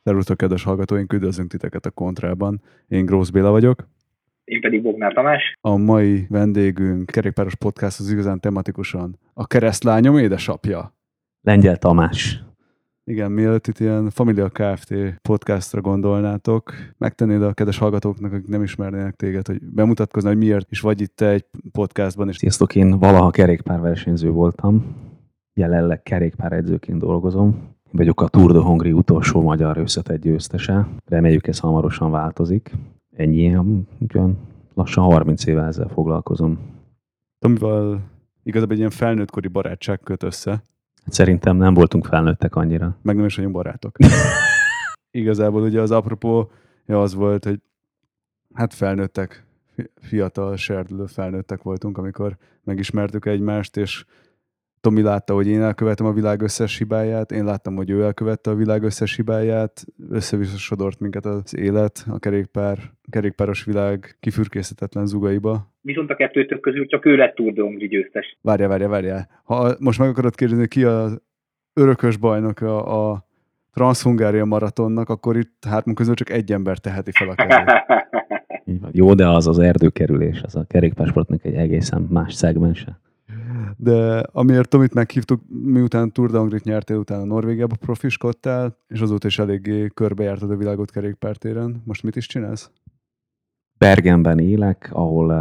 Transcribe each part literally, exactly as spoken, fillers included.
Szervusztok, kedves hallgatóink, üdvözlünk titeket a Kontrában. Én Grósz Béla vagyok. Én pedig Bognár Tamás. A mai vendégünk kerékpáros podcast az igazán tematikusan a keresztlányom édesapja. Lengyel Tamás. Igen, mielőtt itt ilyen Familia Kft. Podcastra gondolnátok, megtennéd a kedves hallgatóknak, akik nem ismernének téged, hogy bemutatkozni, hogy miért is vagy itt te egy podcastban. És... Sziasztok, én valaha kerékpárversenyző voltam, jelenleg kerékpáredzőként dolgozom. Vagyok a Tour de Hongrie utolsó magyar összetett győztese. Reméljük, ez hamarosan változik. Ennyi, ugyan lassan harminc éve ezzel foglalkozom. Amivel igazából egy ilyen felnőttkori barátság köt össze. Hát szerintem nem voltunk felnőttek annyira. Meg nem is vagyunk barátok. Igazából ugye az apropó az volt, hogy hát felnőttek, fiatal, serdülő felnőttek voltunk, amikor megismertük egymást, és Tomi látta, hogy én elkövettem a világ összes hibáját, én láttam, hogy ő elkövette a világ összes hibáját, összevisszasodort minket az élet, a kerékpár, kerékpáros világ kifürkészhetetlen zugaiba. Viszont a kettőtök közül csak ő lett Tour de Hongrie győztes. Várjál, várjál, várjál. Ha most meg akarod kérdezni, ki az örökös bajnok a, a Transzhungária maratonnak, akkor itt hármunk közül csak egy ember teheti fel a kezét. Jó, de az az erdőkerülés, az a kerékpársportnak egy egészen más szegmense. De amiért Tomit meghívtuk, miután Tour de Hongrie-t nyertél, utána Norvégiába profiskodtál, és azóta is eléggé körbejártad a világot kerékpártéren. Most mit is csinálsz? Bergenben élek, ahol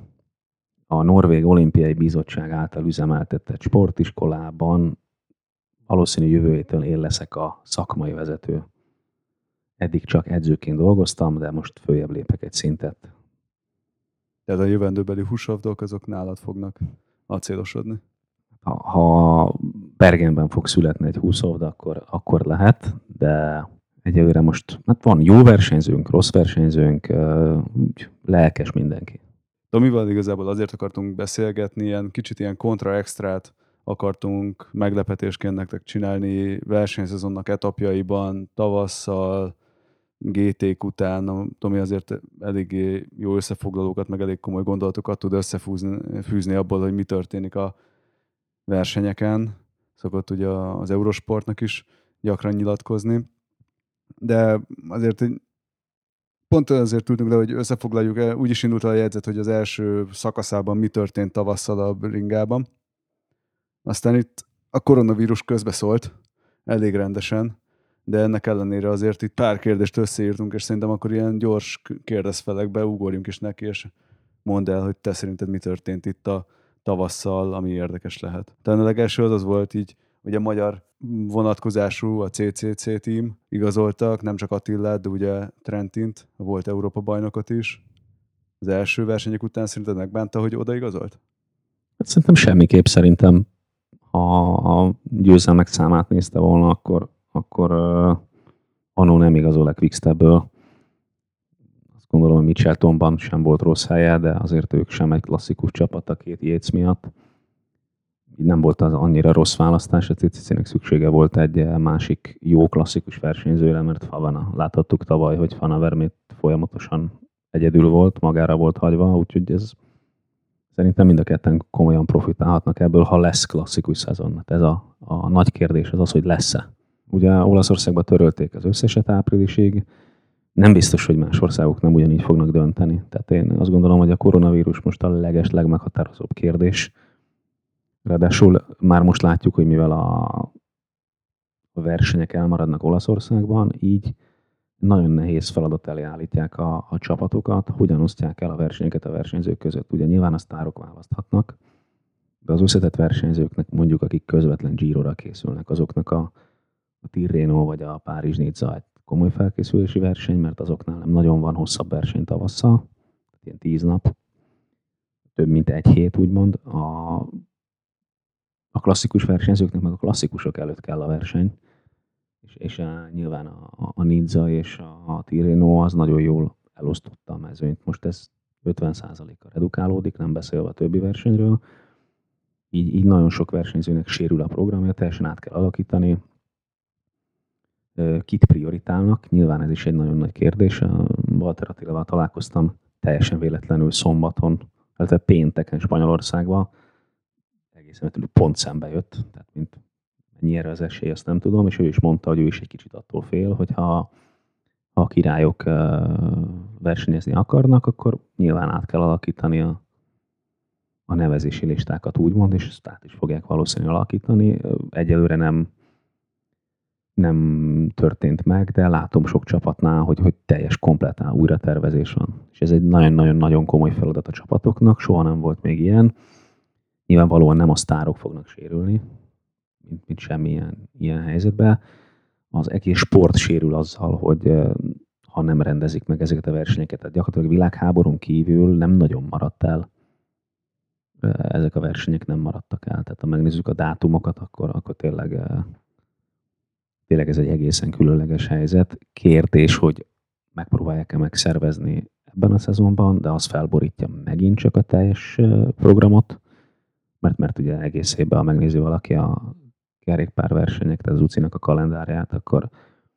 a Norvég Olimpiai Bizottság által üzemeltetett sportiskolában valószínű jövő héttől én leszek a szakmai vezető. Eddig csak edzőként dolgoztam, de most följebb lépek egy szintet. Tehát a jövendőbeli húsavdok azok nálad fognak acélosodni? Ha, ha Bergenben fog születni egy húszovda, akkor, akkor lehet, de egyelőre most hát van jó versenyzőnk, rossz versenyzőnk, úgy lelkes mindenki. Tomival igazából azért akartunk beszélgetni, ilyen kicsit ilyen kontra-extrát akartunk meglepetésként nektek csinálni versenyszezonnak etapjaiban, tavasszal, gé té-k után. Tomi azért elég jó összefoglalókat, meg elég komoly gondolatokat tud összefűzni abból, hogy mi történik a versenyeken. Szokott ugye az Eurosportnak is gyakran nyilatkozni. De azért pont azért ültünk le, hogy összefoglaljuk. Úgy is indult el a jegyzet, hogy az első szakaszában mi történt tavasszal a bringában. Aztán itt a koronavírus közbeszólt elég rendesen, de ennek ellenére azért itt pár kérdést összeírtunk, és szerintem akkor ilyen gyors kérdezfelekbe ugorjunk is neki, és mondd el, hogy te szerinted mi történt itt a tavasszal, ami érdekes lehet. Talán a legelső az az volt így, hogy a magyar vonatkozású, a cé cé cé team igazoltak, nem csak Attillát, de ugye Trentint, volt Európa bajnokot is. Az első versenyek után szerinted megbánta, hogy oda igazolt? Hát szerintem semmiképp. Szerintem, ha a győzelmek számát nézte volna, akkor akkor uh, annó nem igazol a Quickstepből. Azt gondolom, hogy Mitcheltonban sem volt rossz helye, de azért ők sem egy klasszikus csapat a két Yates miatt. Így nem volt az annyira rossz választás, a cé cé cé-nek szüksége volt egy másik jó klasszikus versenyzőre, mert Favana. Láthattuk tavaly, hogy Fana Vermét folyamatosan egyedül volt, magára volt hagyva, úgyhogy ez szerintem mind a ketten komolyan profitálhatnak ebből, ha lesz klasszikus szezon. Ez a, a nagy kérdés az az, hogy lesz-e. Ugye Olaszországban törölték az összeset áprilisig, nem biztos, hogy más országok nem ugyanígy fognak dönteni. Tehát én azt gondolom, hogy a koronavírus most a leges, legmeghatározóbb kérdés. Ráadásul már most látjuk, hogy mivel a, a versenyek elmaradnak Olaszországban, így nagyon nehéz feladat elé állítják a, a csapatokat, hogyan osztják el a versenyeket a versenyzők között. Ugye nyilván a sztárok választhatnak, de az összetett versenyzőknek, mondjuk akik közvetlen Girora készülnek, azoknak a a Tirreno vagy a Párizs-Nizza egy komoly felkészülési verseny, mert azoknál nem nagyon van hosszabb verseny tavasszal, ilyen tíz nap, több mint egy hét úgymond. A, a klasszikus versenyzőknek meg a klasszikusok előtt kell a verseny, és, és a, nyilván a, a Nizza és a, a Tirreno az nagyon jól elosztotta a mezőnyt. Most ez ötven százalékkal redukálódik, nem beszélve a többi versenyről. Így, így nagyon sok versenyzőnek sérül a programja, teljesen át kell alakítani. Kit prioritálnak? Nyilván ez is egy nagyon nagy kérdés. Walter Attilával találkoztam teljesen véletlenül szombaton, illetve pénteken Spanyolországban. Egészen pont szembe jött, tehát mint mennyire az esély, azt nem tudom, és ő is mondta, hogy ő is egy kicsit attól fél, hogyha ha a királyok versenyezni akarnak, akkor nyilván át kell alakítani a, a nevezési listákat, úgymond, és ezt át is fogják valószínűleg alakítani. Egyelőre nem, nem történt meg, de látom sok csapatnál, hogy, hogy teljes, kompletán újratervezés van. És ez egy nagyon-nagyon-nagyon komoly feladat a csapatoknak, soha nem volt még ilyen. Nyilvánvalóan nem a sztárok fognak sérülni, mint, mint semmilyen ilyen helyzetben. Az egész sport sérül azzal, hogy ha nem rendezik meg ezeket a versenyeket, tehát gyakorlatilag világháborún kívül nem nagyon maradt el. Ezek a versenyek nem maradtak el. Tehát ha megnézzük a dátumokat, akkor, akkor tényleg, tényleg ez egy egészen különleges helyzet. Kérdés, hogy megpróbálják-e megszervezni ebben a szezonban, de az felborítja megint csak a teljes programot, mert, mert ugye egész évben, ha megnézi valaki a kerékpárversenyek, tehát az UCI-nak a kalendárját, akkor,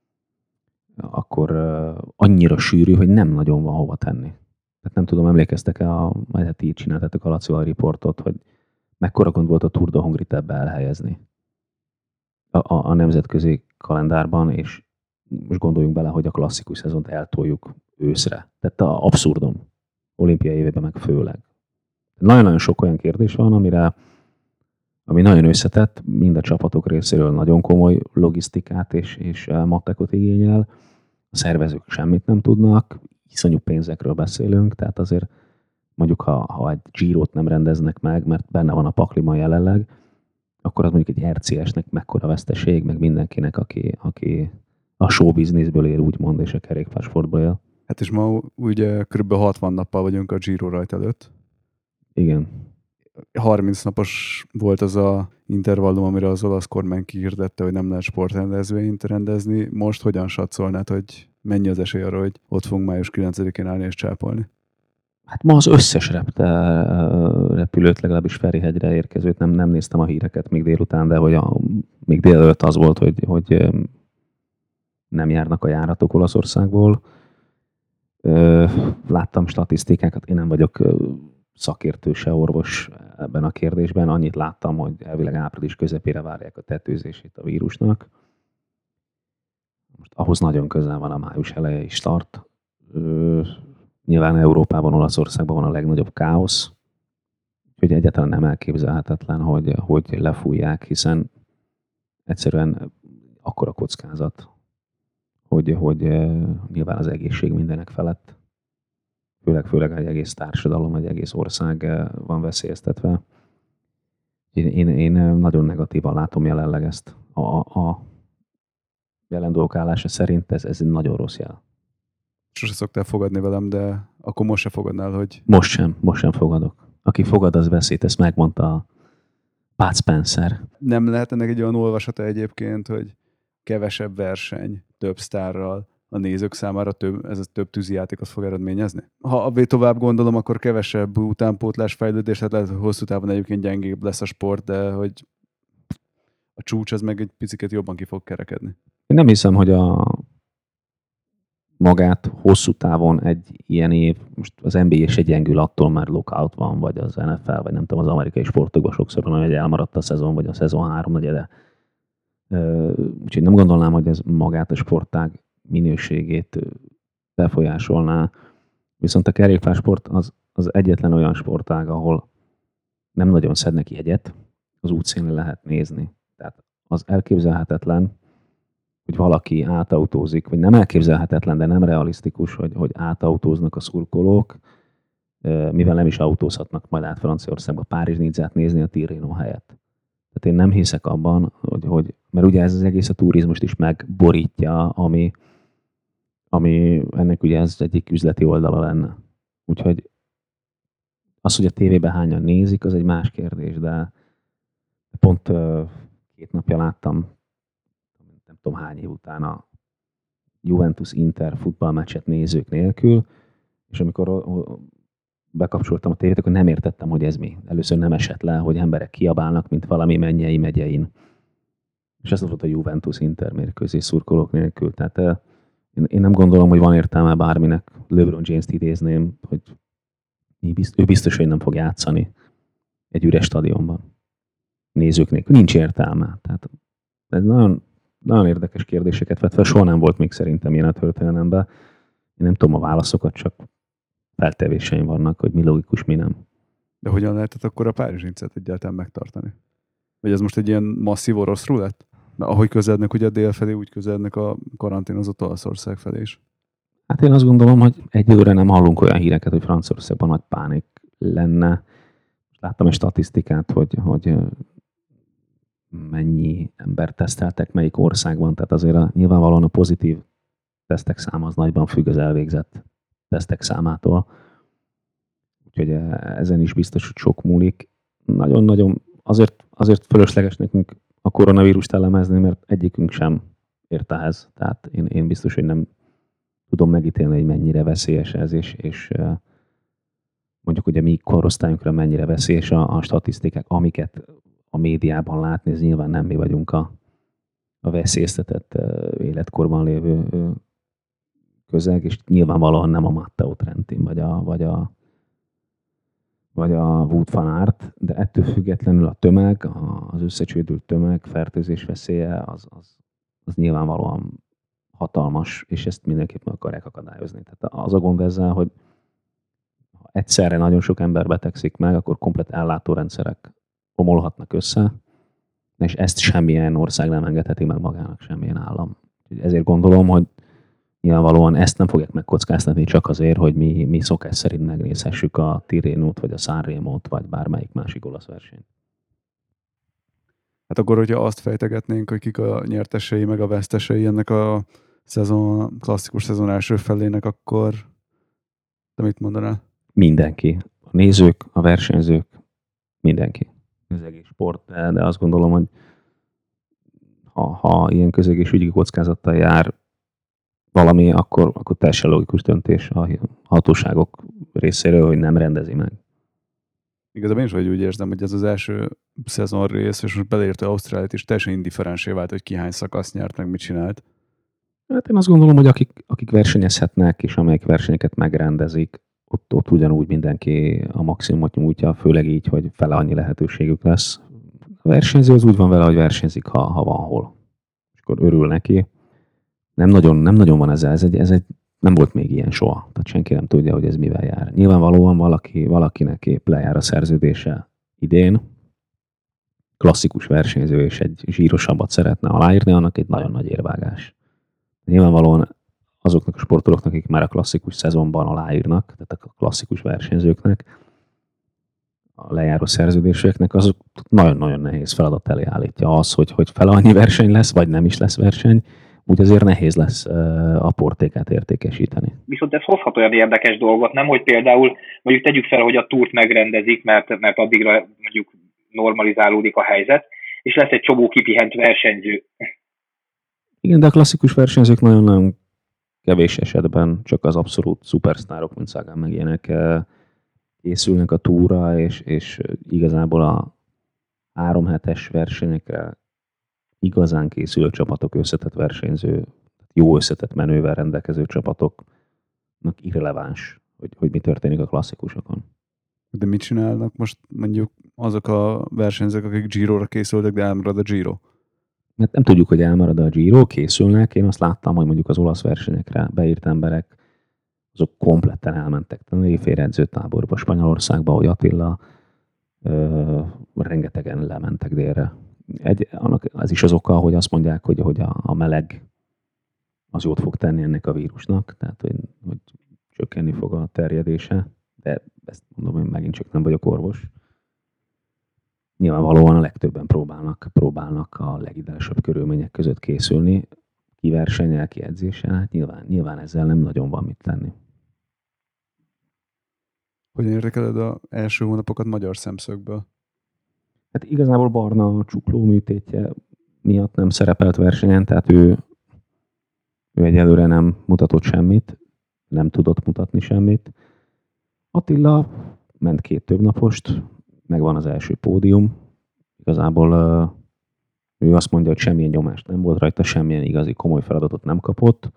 akkor annyira sűrű, hogy nem nagyon van hova tenni. Tehát nem tudom, emlékeztek-e, a, majd hát így csináltatok a Lacival riportot, hogy mekkora gond volt a Tour de Hongrit ebbe elhelyezni a, a, a nemzetközi kalendárban, és most gondoljunk bele, hogy a klasszikus szezont eltoljuk őszre. Tehát a abszurdum. Olimpiai évében meg főleg. Nagyon-nagyon sok olyan kérdés van, amire ami nagyon összetett, mind a csapatok részéről nagyon komoly logisztikát és, és matekot igényel. A szervezők semmit nem tudnak, iszonyú pénzekről beszélünk, tehát azért mondjuk, ha, ha egy Girot nem rendeznek meg, mert benne van a pakliban jelenleg, akkor az mondjuk egy er cé esnek mekkora veszteség, meg mindenkinek, aki, aki a show businessből él, úgymond, és a kerékpársportból él. Hát és ma ugye kb. hatvan nappal vagyunk a Giro rajt előtt. Igen. harminc napos volt az a intervallum, amire az olasz kormány kihirdette, hogy nem lehet sportrendezvényt rendezni. Most hogyan satszolnád, hogy mennyi az esély arra, hogy ott fogunk május kilencedikén állni és csápolni? Hát ma az összes repte, repülőt, legalábbis Ferihegyre érkezőt, nem, nem néztem a híreket még délután, de hogy a, még délelőtt az volt, hogy, hogy nem járnak a járatok Olaszországból. Láttam statisztikákat, én nem vagyok szakértő se orvos ebben a kérdésben. Annyit láttam, hogy elvileg április közepére várják a tetőzését a vírusnak. Most ahhoz nagyon közel van a május elejei start. Nyilván Európában, Olaszországban van a legnagyobb káosz, úgyhogy egyáltalán nem elképzelhetetlen, hogy, hogy lefújják, hiszen egyszerűen akkora kockázat, hogy, hogy nyilván az egészség mindenek felett, főleg, főleg egy egész társadalom, egy egész ország van veszélyeztetve. Én, én, én nagyon negatívan látom jelenleg ezt. A, a jelen dolgok állása szerint ez, ez egy nagyon rossz jel. Sose szoktál fogadni velem, de akkor most se fogadnál, hogy... Most sem, most sem fogadok. Aki fogad, az veszít, ezt megmondta Pat Spencer. Nem lehet ennek egy olyan olvasata egyébként, hogy kevesebb verseny, több sztárral, a nézők számára több, ez a több tűzijátékot fog eredményezni? Ha abban tovább gondolom, akkor kevesebb utánpótlás fejlődés, tehát lehet, hogy hosszú távon egyébként gyengébb lesz a sport, de hogy a csúcs az meg egy picit jobban ki fog kerekedni. Én nem hiszem, hogy a magát hosszú távon egy ilyen év, most az en bé á se gyengül attól, mert lockout van, vagy az en ef el, vagy nem tudom, az amerikai sportokban sokszor van, hogy elmaradt a szezon, vagy a szezon három negyede. Úgyhogy nem gondolnám, hogy ez magát a sportág minőségét befolyásolná. Viszont a kerékpársport az, az egyetlen olyan sportág, ahol nem nagyon szednek jegyet, az útszínre lehet nézni. Tehát az elképzelhetetlen, hogy valaki átautózik, vagy nem elképzelhetetlen, de nem realisztikus, hogy, hogy átautóznak a szurkolók, mivel nem is autózhatnak majd át Franciaországba Párizs-Nizzát nézni a Tirreno helyett. Tehát én nem hiszek abban, hogy, hogy mert ugye ez az egész a turizmust is megborítja, ami, ami ennek ugye ez egyik üzleti oldala lenne. Úgyhogy az, hogy a tévében hányan nézik, az egy más kérdés, de pont uh, két napja láttam, nem tudom hány év után a Juventus-Inter futballmeccset nézők nélkül, és amikor bekapcsoltam a tévét, akkor nem értettem, hogy ez mi. Először nem esett le, hogy emberek kiabálnak, mint valami mennyei megyein. És ez volt a Juventus-Inter mérkőzés szurkolók nélkül. Tehát uh, én, én nem gondolom, hogy van értelme bárminek. LeBron James-t idézném, hogy ő biztos, hogy nem fog játszani egy üres stadionban. Nézők nélkül. Nincs értelme. Tehát Ez nagyon, nagyon érdekes kérdéseket vett fel, soha nem volt még szerintem ilyen a történelemben. Én nem tudom a válaszokat, csak feltevéseim vannak, hogy mi logikus, mi nem. De hogyan lehetett akkor a Párizs Nizzát egyáltalán megtartani? Vagy ez most egy ilyen masszív orosz rulett? Mert ahogy közelednek ugye a dél felé, úgy közelednek a karanténozott Olaszország felé is. Hát én azt gondolom, hogy egyelőre nem hallunk olyan híreket, hogy Franciaországban nagy pánik lenne. Láttam egy statisztikát, hogy, hogy mennyi embert teszteltek, melyik országban, tehát azért a, nyilvánvalóan a pozitív tesztek száma az nagyban függ az elvégzett tesztek számától. Úgyhogy ezen is biztos, hogy sok múlik. Nagyon-nagyon azért, azért fölösleges nekünk a koronavírust elemezni, mert egyikünk sem ért ehhez. Tehát én, én biztos, hogy nem tudom megítélni, hogy mennyire veszélyes ez, és, és mondjuk, hogy a mi korosztályunkra mennyire veszélyes a, a statisztikák, amiket a médiában látni, ez nyilván nem mi vagyunk a, a veszélyeztetett életkorban lévő közeg, és nyilvánvalóan nem a Matteo Trentin, vagy a, vagy a, vagy a Wout van Aert, de ettől függetlenül a tömeg, az összecsődült tömeg, fertőzés veszélye, az, az, az nyilvánvalóan hatalmas, és ezt mindenképpen akarják akadályozni. Tehát az a gond ezzel, hogy ha egyszerre nagyon sok ember betegszik meg, akkor komplet ellátórendszerek omolhatnak össze, és ezt semmilyen ország nem engedheti meg magának, semmilyen állam. Ezért gondolom, hogy nyilvánvalóan ezt nem fogják megkockáztatni csak azért, hogy mi, mi szokás szerint megnézhessük a Tirénót, vagy a Sanremót, vagy bármelyik másik olasz versenyt. Hát akkor, hogyha azt fejtegetnénk, hogy kik a nyertesei, meg a vesztesei ennek a szezon, klasszikus szezon első felének, akkor te mit mondanál? Mindenki. A nézők, a versenyzők, mindenki. Az egész sport, de, de azt gondolom, hogy ha, ha ilyen közegészségügyi kockázattal jár valami, akkor, akkor teljesen logikus döntés a hatóságok részéről, hogy nem rendezi meg. Igazából én is vagy úgy érzem, hogy ez az első szezon rész, és most beleértő Ausztráliát is teljesen indiferensé vált, hogy ki hány szakasz nyert, meg mit csinált. Hát én azt gondolom, hogy akik, akik versenyezhetnek, és amelyik versenyeket megrendezik, ott, ott ugyanúgy mindenki a maximumot nyújtja, főleg így, hogy fele annyi lehetőségük lesz. A versenyző az úgy van vele, hogy versenyzik, ha, ha van hol. És akkor örül neki. Nem nagyon, nem nagyon van ez, ez egy, ez egy, nem volt még ilyen soha. Tehát senki nem tudja, hogy ez mivel jár. Nyilvánvalóan valaki, valakinek épp lejár a szerződése idén, klasszikus versenyző, és egy zsírosabbat szeretne aláírni, annak egy nagyon nagy érvágás. Nyilvánvalóan azoknak a sportolóknak, akik már a klasszikus szezonban aláírnak, tehát a klasszikus versenyzőknek, a lejáró szerződéseknek, azok nagyon-nagyon nehéz feladat elé állítja az, hogy, hogy fele annyi verseny lesz, vagy nem is lesz verseny, úgy azért nehéz lesz a portékát értékesíteni. Viszont ez hozhat olyan érdekes dolgot, nem, hogy például mondjuk tegyük fel, hogy a túrt megrendezik, mert, mert addigra mondjuk normalizálódik a helyzet, és lesz egy csomó kipihent versenyző. Igen, de a klasszikus versenyzők nagyon-nagyon kevés esetben csak az abszolút szupersztárok, mint Sagan meg ilyenek készülnek a túra, és, és igazából a három hetes versenyekre igazán készülő csapatok, összetett versenyző, jó összetett menővel rendelkező csapatoknak irreleváns, hogy, hogy mi történik a klasszikusokon. De mit csinálnak most mondjuk azok a versenyzők, akik Giro-ra készültek, de elmarad a Giro? Mert nem tudjuk, hogy elmarad a Giro, készülnek. Én azt láttam, hogy mondjuk az olasz versenyekre beírt emberek, azok kompletten elmentek Tenerife edzőtáborba, Spanyolországba, hogy Attila, ö, rengetegen lementek délre. Egy, annak ez is az oka, hogy azt mondják, hogy, hogy a, a meleg az jót fog tenni ennek a vírusnak, tehát hogy, hogy csökkenni fog a terjedése, de ezt mondom, én megint csak nem vagyok orvos. Nyilvánvalóan a legtöbben próbálnak, próbálnak a legideálisabb körülmények között készülni, ki versennyel, ki edzéssel, hát nyilván, nyilván ezzel nem nagyon van mit tenni. Hogyan érdekeled az első hónapokat magyar szemszögből? Hát igazából Barna a csukló műtétje miatt nem szerepelt versenyen, tehát ő, ő egyelőre nem mutatott semmit, nem tudott mutatni semmit. Attila ment két többnapost, megvan az első pódium. Igazából ő azt mondja, hogy semmilyen nyomást nem volt rajta, semmilyen igazi komoly feladatot nem kapott.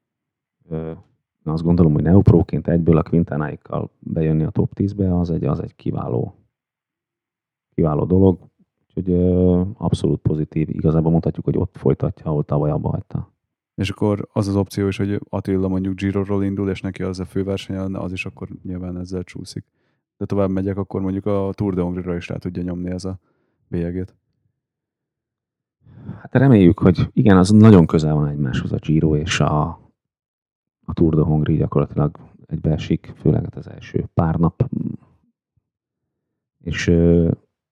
Azt gondolom, hogy neopróként egyből a Quintanáikkal bejönni a top tízbe, az egy, az egy kiváló, kiváló dolog. Úgyhogy ö, abszolút pozitív. Igazából mondhatjuk, hogy ott folytatja, ahol tavaly abba hagyta. És akkor az az opció is, hogy Attila mondjuk Giro-ról indul, és neki az a főverseny lenne, az is akkor nyilván ezzel csúszik. De tovább megyek, akkor mondjuk a Tour de Hongrie-ra is rá tudja nyomni ez a bélyegét. Hát reméljük, hogy igen, az nagyon közel van egymáshoz a Giro és a, a Tour de Hongrie gyakorlatilag egybeesik, főleg az első pár nap. És ö,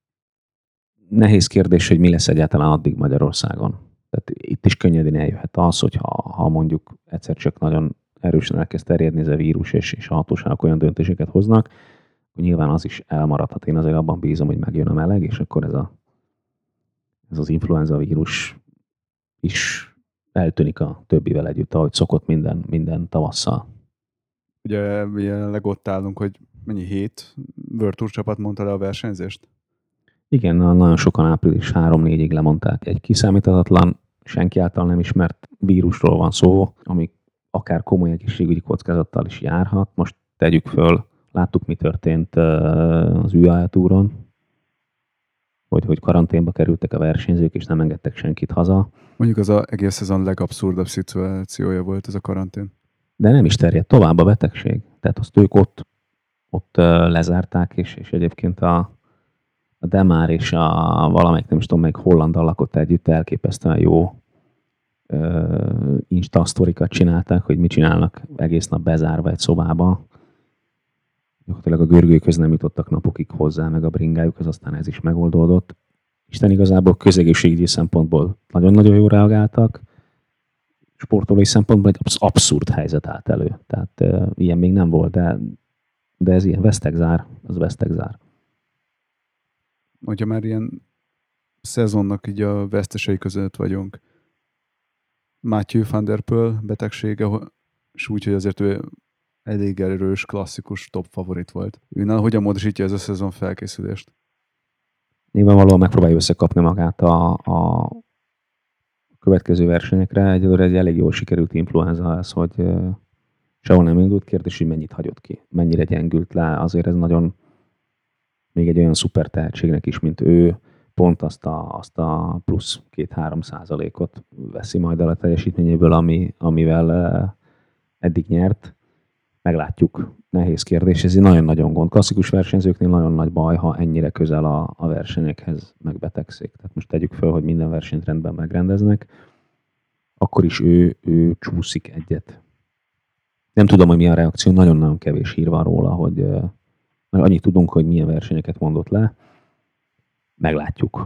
nehéz kérdés, hogy mi lesz egyáltalán addig Magyarországon. Tehát itt is könnyedén eljöhet az, hogyha ha mondjuk egyszer csak nagyon erősen elkezd terjedni ez a vírus, és, és a hatóságok olyan döntéseket hoznak, hogy nyilván az is elmaradhat. Én azért abban bízom, hogy megjön a meleg, és akkor ez, a, ez az influenza vírus is eltűnik a többivel együtt, ahogy szokott minden, minden tavasszal. Ugye jelenleg ott állunk, hogy mennyi hét World Tour csapat mondta le a versenyzést? Igen, nagyon sokan április három-négyig lemondták. Egy kiszámíthatatlan, senki által nem ismert vírusról van szó, ami akár komoly egészségügyi kockázattal is járhat. Most tegyük föl, láttuk, mi történt az u á é túron, hogy, hogy karanténba kerültek a versenyzők, és nem engedtek senkit haza. Mondjuk az a egész szezon legabszurdabb szituációja volt ez a karantén. De nem is terjedt tovább a betegség. Tehát azt ők ott, ott lezárták, és, és egyébként a, a Demár és a valamelyik, nem is tudom, melyik hollandal lakott együtt, elképesztően jó uh, Insta sztorikat csinálták, hogy mit csinálnak egész nap bezárva egy szobába. Gyakorlatilag a görgőkhöz nem jutottak napokig hozzá, meg a bringájukhoz, aztán ez is megoldódott. Isten igazából közegészségügyi szempontból nagyon-nagyon jól reagáltak, sportolói szempontból egy abszurd helyzet állt elő. Tehát uh, ilyen még nem volt, de, de ez ilyen vesztegzár, az vesztegzár. Hogyha már ilyen szezonnak így a vesztesei között vagyunk, Mathieu van der Poel betegsége, és úgy, hogy azért ő elég erős, klasszikus top favorit volt. Őnál hogyan módosítja ez a szezon felkészülést? Nyilvánvalóan megpróbálja összekapni magát a, a következő versenyekre. Egyelőre egy elég jól sikerült influenza ez, hogy uh, sehol nem indult. Kérdés, hogy mennyit hagyott ki, mennyire gyengült le. Azért ez nagyon még egy olyan szuper tehetségnek is, mint ő, pont azt a, azt a plusz két-három százalékot veszi majd el a teljesítményéből, ami, amivel uh, eddig nyert. Meglátjuk. Nehéz kérdés. Ez egy nagyon-nagyon gond. Klasszikus versenyzőknél nagyon nagy baj, ha ennyire közel a, a versenyekhez megbetegszik. Tehát most tegyük föl, hogy minden versenyt rendben megrendeznek, akkor is ő, ő csúszik egyet. Nem tudom, hogy mi a reakció. Nagyon-nagyon kevés hír van róla, hogy uh, annyit tudunk, hogy milyen versenyeket mondott le. Meglátjuk.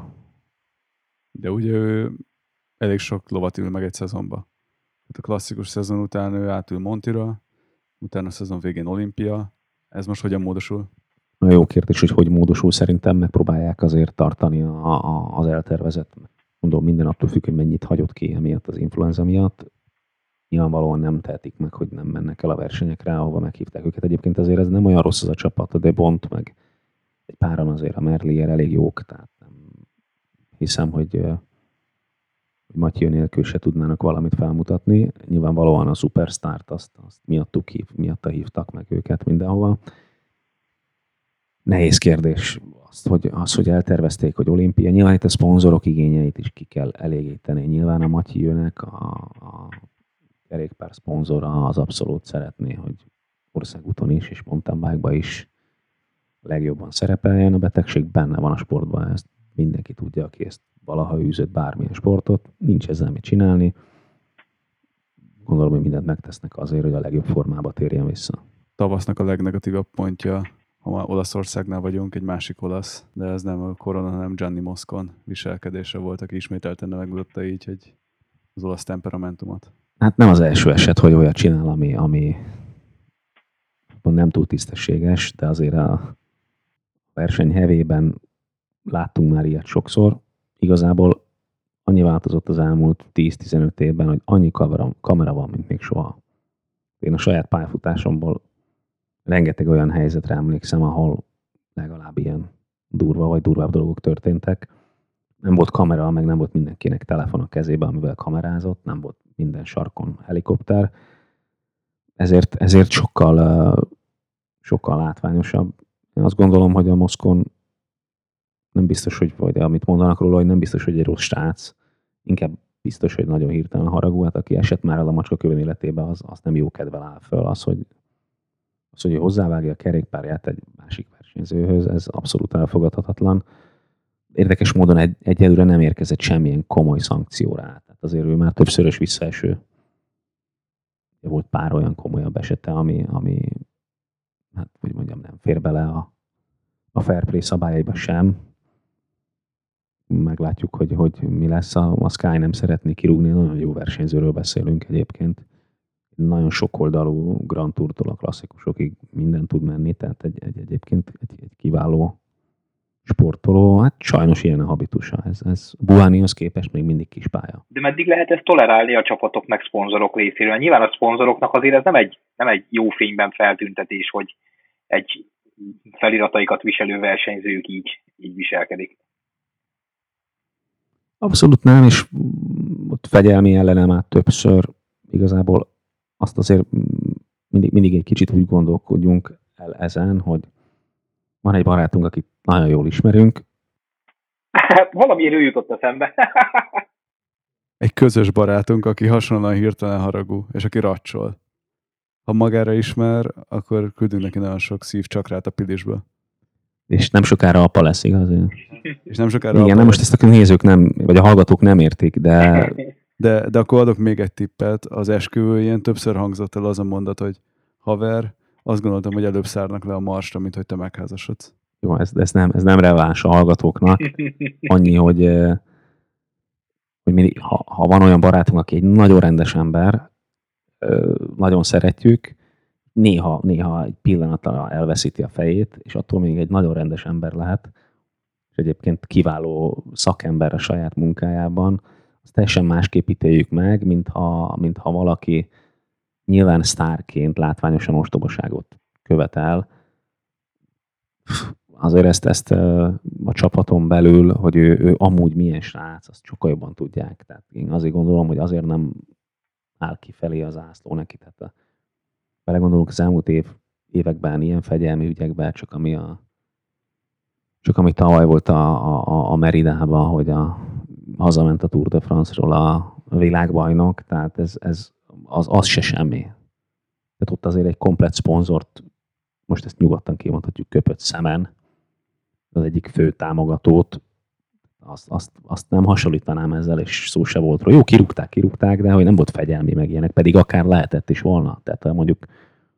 De ugye ő elég sok lovat ül meg egy szezonba. Tehát a klasszikus szezon után ő átül Montira, utána a szezon végén olimpia. Ez most hogyan módosul? A jó kérdés, hogy hogy módosul, szerintem megpróbálják azért tartani a, a, az eltervezett. Mondom, minden attól függ, hogy mennyit hagyott ki emiatt az influenza miatt. Nyilvánvalóan nem tehetik meg, hogy nem mennek el a versenyekre, ahova meghívták őket. Egyébként azért ez nem olyan rossz az a csapat, de Bont meg egy páran azért a Merlier elég jók, tehát nem hiszem, hogy, hogy Mathieu nélkül se tudnának valamit felmutatni. Nyilvánvalóan a szupersztárt azt, azt miattuk hív, miatta hívtak meg őket mindenhova. Nehéz kérdés az, hogy, az, hogy eltervezték, hogy olimpia. Nyilván itt a szponzorok igényeit is ki kell elégíteni. Nyilván a Mathieunek a, a kerékpár szponzora az abszolút szeretné, hogy országúton is és mountain bike-ba is legjobban szerepeljen. A betegség benne van a sportban, ezt mindenki tudja, aki ezt valaha űzött bármilyen sportot. Nincs ezzel mit csinálni. Gondolom, hogy mindent megtesznek azért, hogy a legjobb formába térjen vissza. Tavasznak a legnegatívabb pontja, ha már Olaszországnál vagyunk, egy másik olasz, de ez nem a korona, hanem Gianni Moscon viselkedése volt, aki ismételten megmutatta így, hogy az olasz temperamentumot. Hát nem az első eset, hogy olyat csinál, ami, ami nem túl tisztességes, de azért a verseny hevében láttunk már ilyet sokszor. Igazából annyi változott az elmúlt tíz-tizenöt évben, hogy annyi kamera, kamera van, mint még soha. Én a saját pályafutásomból rengeteg olyan helyzetre emlékszem, ahol legalább ilyen durva vagy durvább dolgok történtek. Nem volt kamera, meg nem volt mindenkinek telefon a kezében, amivel kamerázott, nem volt minden sarkon helikopter. Ezért, ezért sokkal, sokkal látványosabb. Én azt gondolom, hogy a Moscon nem biztos, hogy vagy amit mondanak róla, hogy nem biztos, hogy egy rossz srác. Inkább biztos, hogy nagyon hirtelen haragú. Hát aki esett már el a macskakövön életébe, az, az nem jó kedvel áll föl. Az, hogy, az, hogy hozzávágja a kerékpárját egy másik versenyzőhöz, ez abszolút elfogadhatatlan. Érdekes módon egy, egyelőre nem érkezett semmilyen komoly szankcióra. Tehát azért ő már többszörös visszaeső. Volt pár olyan komolyabb esete, ami, ami hát, hogy mondjam, nem fér bele a, a fair play szabályaiba sem. Meglátjuk, hogy, hogy mi lesz. A, a Sky nem szeretné kirúgni, nagyon jó versenyzőről beszélünk egyébként. Nagyon sokoldalú Grand Tourtól a klasszikusokig minden tud menni, tehát egy, egy, egyébként egy, egy kiváló sportoló, hát sajnos ilyen a habitusa. Ez, ez Buhanihoz képest még mindig kis pálya. De meddig lehet ezt tolerálni a csapatok meg szponzorok részéről? Nyilván a szponzoroknak azért ez nem egy, nem egy jó fényben feltüntetés, hogy egy felirataikat viselő versenyzők így, így viselkedik. Abszolút nem, és ott fegyelmi ellenem át többször. Igazából azt azért mindig, mindig egy kicsit úgy gondolkodjunk el ezen, hogy van egy barátunk, akit nagyon jól ismerünk. Valamiért ő jutott eszembe. Egy közös barátunk, aki hasonlóan hirtelen haragú, és aki racsol. Ha magára ismer, akkor küldünk neki nagyon sok szívcsakrát a Pilisből. És nem sokára apa lesz, igaz? És nem sokára igen, nem most ezt a nézők nem, vagy a hallgatók nem értik, de... de... De akkor adok még egy tippet. Az esküvőjén többször hangzott el az a mondat, hogy haver, azt gondoltam, hogy előbb szárnak le a marsra, mint hogy te megházasodsz. Jó, ez, ez, nem, ez nem releváns a hallgatóknak. Annyi, hogy, hogy mindig, ha, ha van olyan barátunk, aki egy nagyon rendes ember, nagyon szeretjük, néha, néha egy pillanatra elveszíti a fejét, és attól még egy nagyon rendes ember lehet, és egyébként kiváló szakember a saját munkájában, azt teljesen másképp ítéljük meg, mint ha, mint ha valaki nyilván sztárként látványosan ostobaságot követel. Azért ezt, ezt a csapaton belül, hogy ő, ő amúgy milyen srác, azt sokkal jobban tudják. Tehát én azért gondolom, hogy azért nem áll kifelé az ászló neki. Tehát belegondolunk az elmúlt év, években ilyen fegyelmi ügyekben, csak ami, a, csak ami tavaly volt a, a, a Meridában, hogy a, hazament a Tour de France-ról a világbajnok, tehát ez, ez az, az se semmi. Tehát ott azért egy komplett szponzort, most ezt nyugodtan kimondhatjuk, köpött szemen, az egyik fő támogatót, azt, azt, azt nem hasonlítanám ezzel, és szó se volt róla. Jó, kirúgták, kirúgták, de hogy nem volt fegyelmi meg ilyenek, pedig akár lehetett is volna. Tehát mondjuk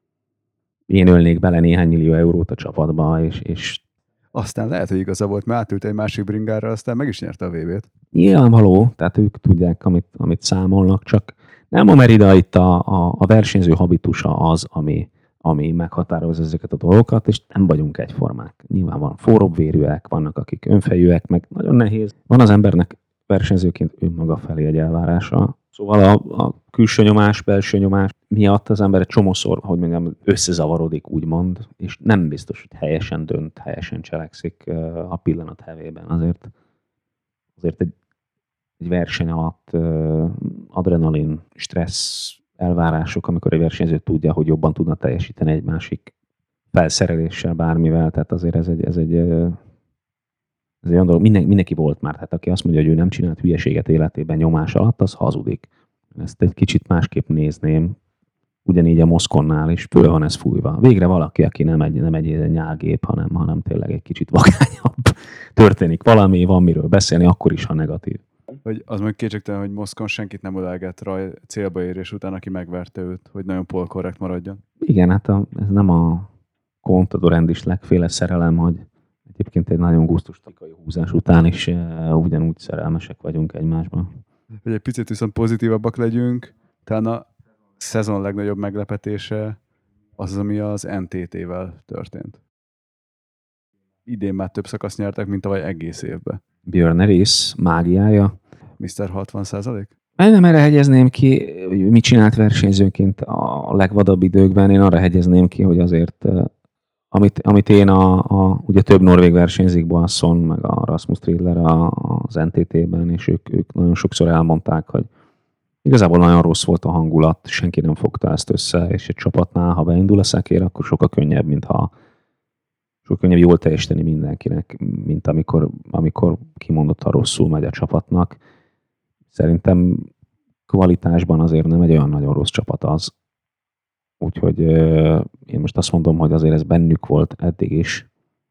én ölnék bele néhány millió eurót a csapatba, és, és aztán lehet, hogy igaza volt, mert átült egy másik bringára, aztán meg is nyerte a vé bét. Nyilvánvaló, tehát ők tudják, amit, amit számolnak, csak nem a Merida, itt a, a, a versenyző habitusa az, ami, ami meghatározza ezeket a dolgokat, és nem vagyunk egyformák. Nyilván van forróbb vérűek, vannak akik önfejűek, meg nagyon nehéz. Van az embernek versenyzőként önmaga felé egy elvárása. Szóval a, a külső nyomás, belső nyomás miatt az ember egy csomószor, hogy mondjam, összezavarodik, úgymond, és nem biztos, hogy helyesen dönt, helyesen cselekszik a pillanat hevében. Azért, azért egy, egy verseny alatt adrenalin, stressz, elvárások, amikor egy versenyző tudja, hogy jobban tudna teljesíteni egy másik felszereléssel, bármivel, tehát azért ez egy, ez egy, ez egy olyan dolog, Minden, mindenki volt már, tehát aki azt mondja, hogy ő nem csinált hülyeséget életében nyomás alatt, az hazudik. Ezt egy kicsit másképp nézném, ugyanígy a Mosconnál is, föl van ez fújva. Végre valaki, aki nem egy, nem egy nyálgép, hanem, hanem tényleg egy kicsit vagányabb. Történik valami, van miről beszélni, akkor is, ha negatív. Hogy az meg kétségtelen, hogy Moszkon senkit nem ölelget raj célba érés után, aki megverte őt, hogy nagyon polkorrekt maradjon. Igen, hát a, ez nem a Contador Endis legféle szerelem, hogy egyébként egy nagyon gusztustakai húzás után is uh, ugyanúgy szerelmesek vagyunk egymásban. Hogy egy picit viszont pozitívabbak legyünk, talán a szezon legnagyobb meglepetése az, ami az en té té-vel történt. Idén már több szakasz nyertek, mint tavaly egész évben. Björn Eris mágiája. miszter hatvan százalék? Én nem erre hegyezném ki, hogy mit csinált versenyzőnként a legvadabb időkben. Én arra hegyezném ki, hogy azért, amit, amit én a, a ugye több norvég versenyzik, Boasson, meg a Rasmus Triller az en té té-ben, és ők, ők nagyon sokszor elmondták, hogy igazából nagyon rossz volt a hangulat, senki nem fogta ezt össze, és egy csapatnál, ha beindul a szekér, akkor sokkal könnyebb, mint ha sokkal könnyebb jól teljesíteni mindenkinek, mint amikor, amikor kimondottan rosszul megy a csapatnak. Szerintem kvalitásban azért nem egy olyan nagyon rossz csapat az. Úgyhogy én most azt mondom, hogy azért ez bennük volt eddig is.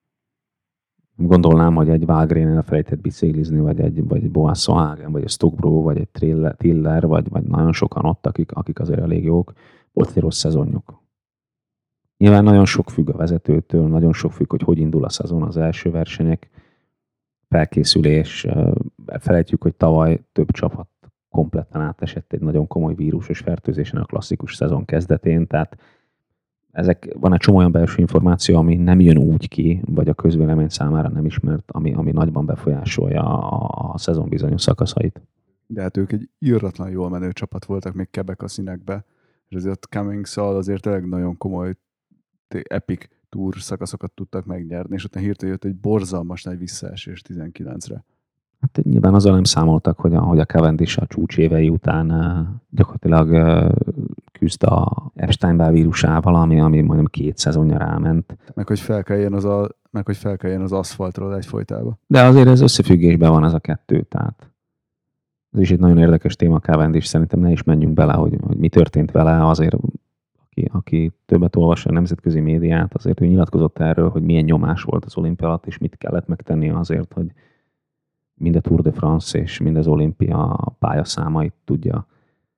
Gondolnám, hogy egy Wahlgren elfelejtett biciklizni, vagy egy, vagy egy Boas Hagen, vagy egy Stockbro, vagy egy Tiller, vagy, vagy nagyon sokan ott, akik, akik azért elég jók. Volt egy rossz szezonjuk. Nyilván nagyon sok függ a vezetőtől, nagyon sok függ, hogy hogy indul a szezon, az első versenyek, felkészülés. Felejtjük, hogy tavaly több csapat kompletten átesett egy nagyon komoly vírusos fertőzésen a klasszikus szezon kezdetén, tehát ezek, van egy csomó olyan belső információ, ami nem jön úgy ki, vagy a közvélemény számára nem ismert, ami, ami nagyban befolyásolja a, a szezon bizonyos szakaszait. De hát ők egy irdatlan jól menő csapat voltak még Quebec a színekbe, és azért Cummings-szal azért tényleg nagyon komoly epic tour szakaszokat tudtak megnyerni, és utána hirtelen jött egy borzalmas nagy visszaesés tizenkilencre. Hát nyilván azzal nem számoltak, hogy a, hogy a Cavendish a csúcs évei után gyakorlatilag küzd a Epstein-Barr vírusával, ami, ami majdnem két szezonja ráment. Meg hogy felkeljen az, a, meg, hogy felkeljen az aszfaltról egyfolytában. De azért ez összefüggésben van ez a kettő, tehát ez is egy nagyon érdekes téma a Cavendish, szerintem ne is menjünk bele, hogy, hogy mi történt vele, azért aki, aki többet olvassa a nemzetközi médiát, azért ő nyilatkozott erről, hogy milyen nyomás volt az olimpia alatt, és mit kellett megtenni azért, hogy mind a Tour de France és mind az olimpia pályaszámait tudja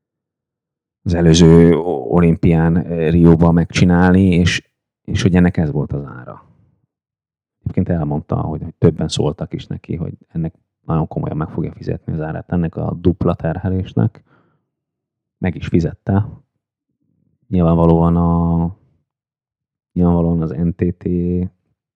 az előző olimpián Rióban megcsinálni, és, és hogy ennek ez volt az ára. Egyébként elmondta, hogy, hogy többen szóltak is neki, hogy ennek nagyon komolyan meg fogja fizetni az árát. Ennek a dupla terhelésnek meg is fizette. Nyilvánvalóan, a, nyilvánvalóan az en té té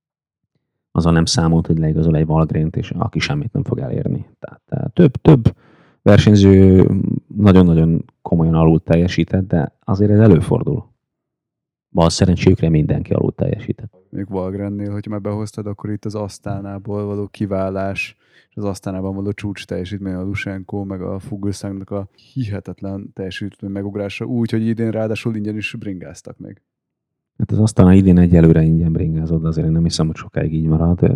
azon nem számolt, hogy leigazol egy Wahlgrent, és aki semmit nem fog elérni. Tehát több, több versenyző nagyon-nagyon komolyan alul teljesített, de azért ez előfordul. Bal szerencséjükre mindenki alul teljesített. Még Wahlgrennél, hogy már behoztad, akkor itt az Asztánából való kiválás, és az Asztánában való csúcs teljesítmény, a Lusenko, meg a Fuglsangnak a hihetetlen teljesítmény megugrása, úgy, hogy idén ráadásul ingyen is bringáztak még. Hát az Asztana idén egyelőre ingyen bringázott, de azért én nem hiszem, hogy sokáig így marad.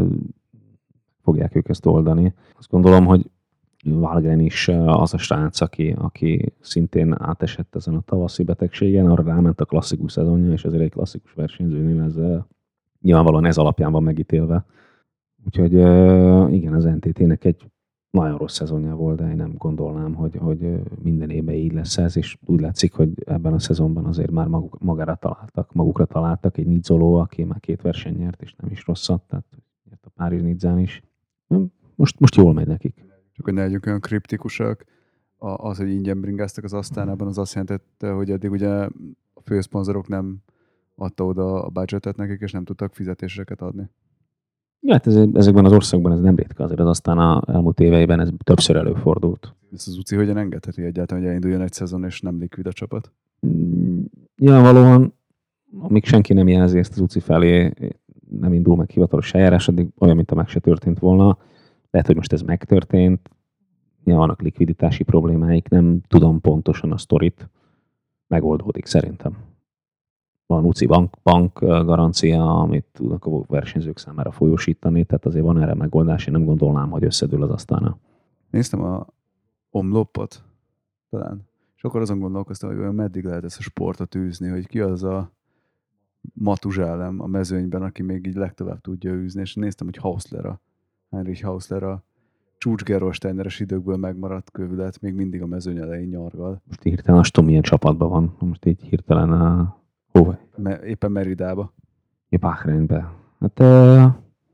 Fogják ők ezt oldani. Azt gondolom, hogy Wahlgren is az a srác, aki, aki szintén átesett ezen a tavaszi betegségen, arra ráment a klasszikus szezonja, és azért egy klasszikus versenyzőnél ez nyilvánvalóan ez alapján van megítélve. Úgyhogy igen, az en té té-nek egy nagyon rossz szezonja volt, de én nem gondolnám, hogy, hogy minden évben így lesz ez, és úgy látszik, hogy ebben a szezonban azért már maguk, magára találtak, magukra találtak egy Nizzoló, aki már két verseny nyert, és nem is rosszat, tehát a Párizs-Nizzán is. Most, most jól megy nekik. Csak hogy ne legyünk olyan kriptikusak, az, hogy ingyen bringáztak az Asztánában, az azt jelentette, hogy eddig ugye a főszponzorok nem adta oda a budgetet nekik, és nem tudtak fizetéseket adni. Ja, hát ez, ezekben az országban ez nem ritka, azért az aztán a elmúlt éveiben ez többször előfordult. Ez az UCI hogyan engedheti egyáltalán, hogy elinduljon egy szezon, és nem likvid a csapat? Nyilvánvalóan, amíg senki nem jelzi ezt az UCI felé, nem indul meg hivatalos eljárás, addig olyan, mint a meg se történt volna. Lehet, hogy most ez megtörtént, nyilván vannak likviditási problémáik, nem tudom pontosan a sztorit, megoldódik szerintem. Van UCI bank, bank garancia, amit tudnak a versenyzők számára folyósítani, tehát azért van erre megoldás, én nem gondolnám, hogy összedől az Asztana. Néztem a omlopot talán, és akkor azon gondolkoztam, hogy olyan meddig lehet ezt a sportot űzni, hogy ki az a Matuzsálem a mezőnyben, aki még így legtovább tudja űzni, és néztem, hogy Hausler a Heinrich Hausler a csúcs Gerolsteiner-es időkből megmaradt kövület, még mindig a mezőny elején nyargal. Most hirtelen azt tudom, milyen csapatban van. Most így hirtelen a... hova? Me- éppen Meridába. Ja, Bahreinbe. Hát uh,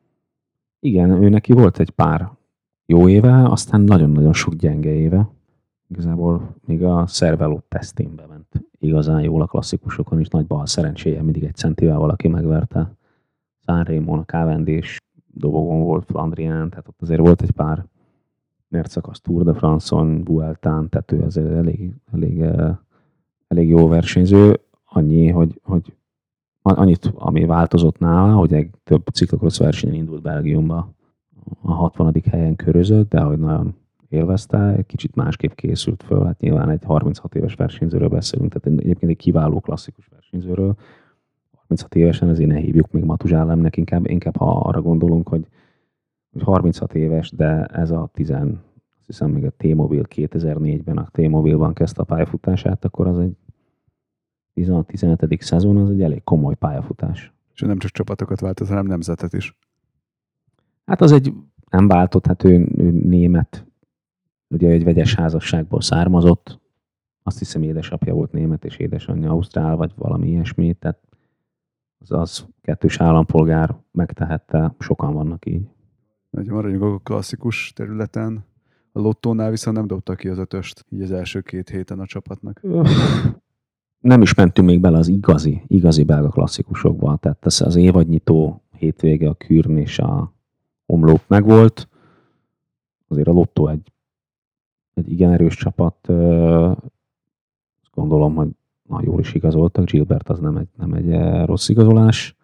igen, ő neki volt egy pár jó éve, aztán nagyon-nagyon sok gyenge éve. Igazából még a Cervelo teszténbe ment igazán jól a klasszikusokon is, nagy bal szerencséje, mindig egy centivel valaki megverte. Sanremón, a Cavendish, dobogon volt Flandrián, tehát ott azért volt egy pár nyertszakasz Tour de France-on, Vueltán, tehát ő azért elég, elég, elég jó versenyző. Annyi, hogy, hogy annyit, ami változott nála, hogy egy több ciklokrosz versenyen indult Belgiumba, a hatvanadik helyen körözött, de hogy nagyon élvezte, egy kicsit másképp készült föl, hát nyilván egy harminchat éves versenyzőről beszélünk, tehát egyébként egy kiváló klasszikus versenyzőről. harminchat évesen, ezért ne hívjuk még Matuzsálemnek, inkább, inkább ha arra gondolunk, hogy, hogy harminchat éves, de ez a tíz, azt hiszem még a T-Mobile kétezer-négyben a T-Mobile-ban kezdte a pályafutását, akkor az egy tizenhat-tizenhetedik szezon, az egy elég komoly pályafutás. És nem csak csapatokat váltott, hanem nemzetet is. Hát az egy nem váltott, hát ő, ő német, ugye egy vegyes házasságból származott, azt hiszem édesapja volt német, és édesanyja ausztrál, vagy valami ilyesmi, tehát az, az kettős állampolgár megtehette, sokan vannak így. Nagyon maradjunk a klasszikus területen. A lottónál viszont nem dobta ki az ötöst, így az első két héten a csapatnak. Nem is mentünk még bele az igazi, igazi belga klasszikusokba, tehát ez az évadnyitó hétvége, a Kürn és a Omloop megvolt. Azért a lottó egy, egy igen erős csapat, gondolom, hogy na, jól is igazoltak, Gilbert az nem egy, nem egy rossz igazolás.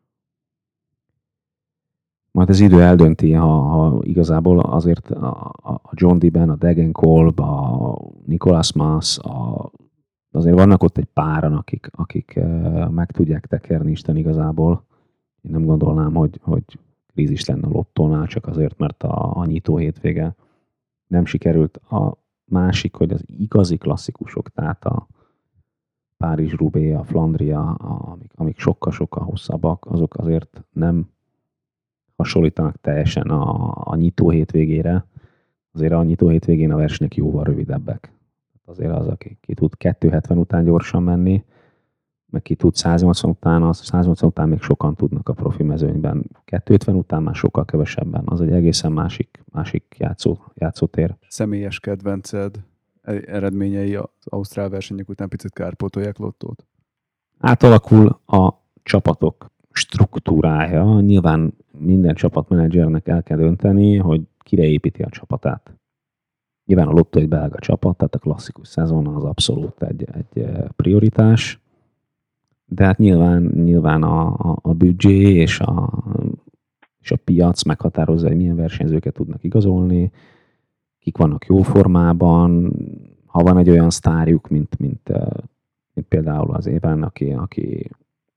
Majd az idő eldönti, ha, ha igazából azért a, a John Deben, a Degenkolb, a Nicolas Mas, a, azért vannak ott egy páran, akik, akik meg tudják tekerni Isten igazából. Én nem gondolnám, hogy, hogy krízis lenne a lottónál, csak azért, mert a, a nyitó hétvége nem sikerült. A másik, hogy az igazi klasszikusok, tehát a Párizs-Roubaix, a Flandria, amik, amik sokkal-sokkal hosszabbak, azok azért nem hasonlítanak teljesen a, a nyitó hétvégére. Azért a nyitó hétvégén a versenyek jóval rövidebbek. Azért az, aki ki tud kétszázhetven után gyorsan menni, meg ki tud száznyolcvan után, az száznyolcvan után még sokan tudnak a profi mezőnyben. kétszázötven után már sokkal kevesebben. Az egy egészen másik, másik játszó, játszótér. Személyes kedvenced eredményei az ausztrál versenyek után picit kárpótolják lottót? Átalakul a csapatok struktúrája. Nyilván minden csapatmenedzsernek el kell dönteni, hogy kire építi a csapatát. Nyilván a lottó egy belga csapat, tehát a klasszikus szezon az abszolút egy, egy prioritás. De hát nyilván, nyilván a, a, a büdzsé és a, és a piac meghatározza, hogy milyen versenyzőket tudnak igazolni, kik vannak jó formában, ha van egy olyan sztárjuk, mint, mint, mint például az Éven, aki, aki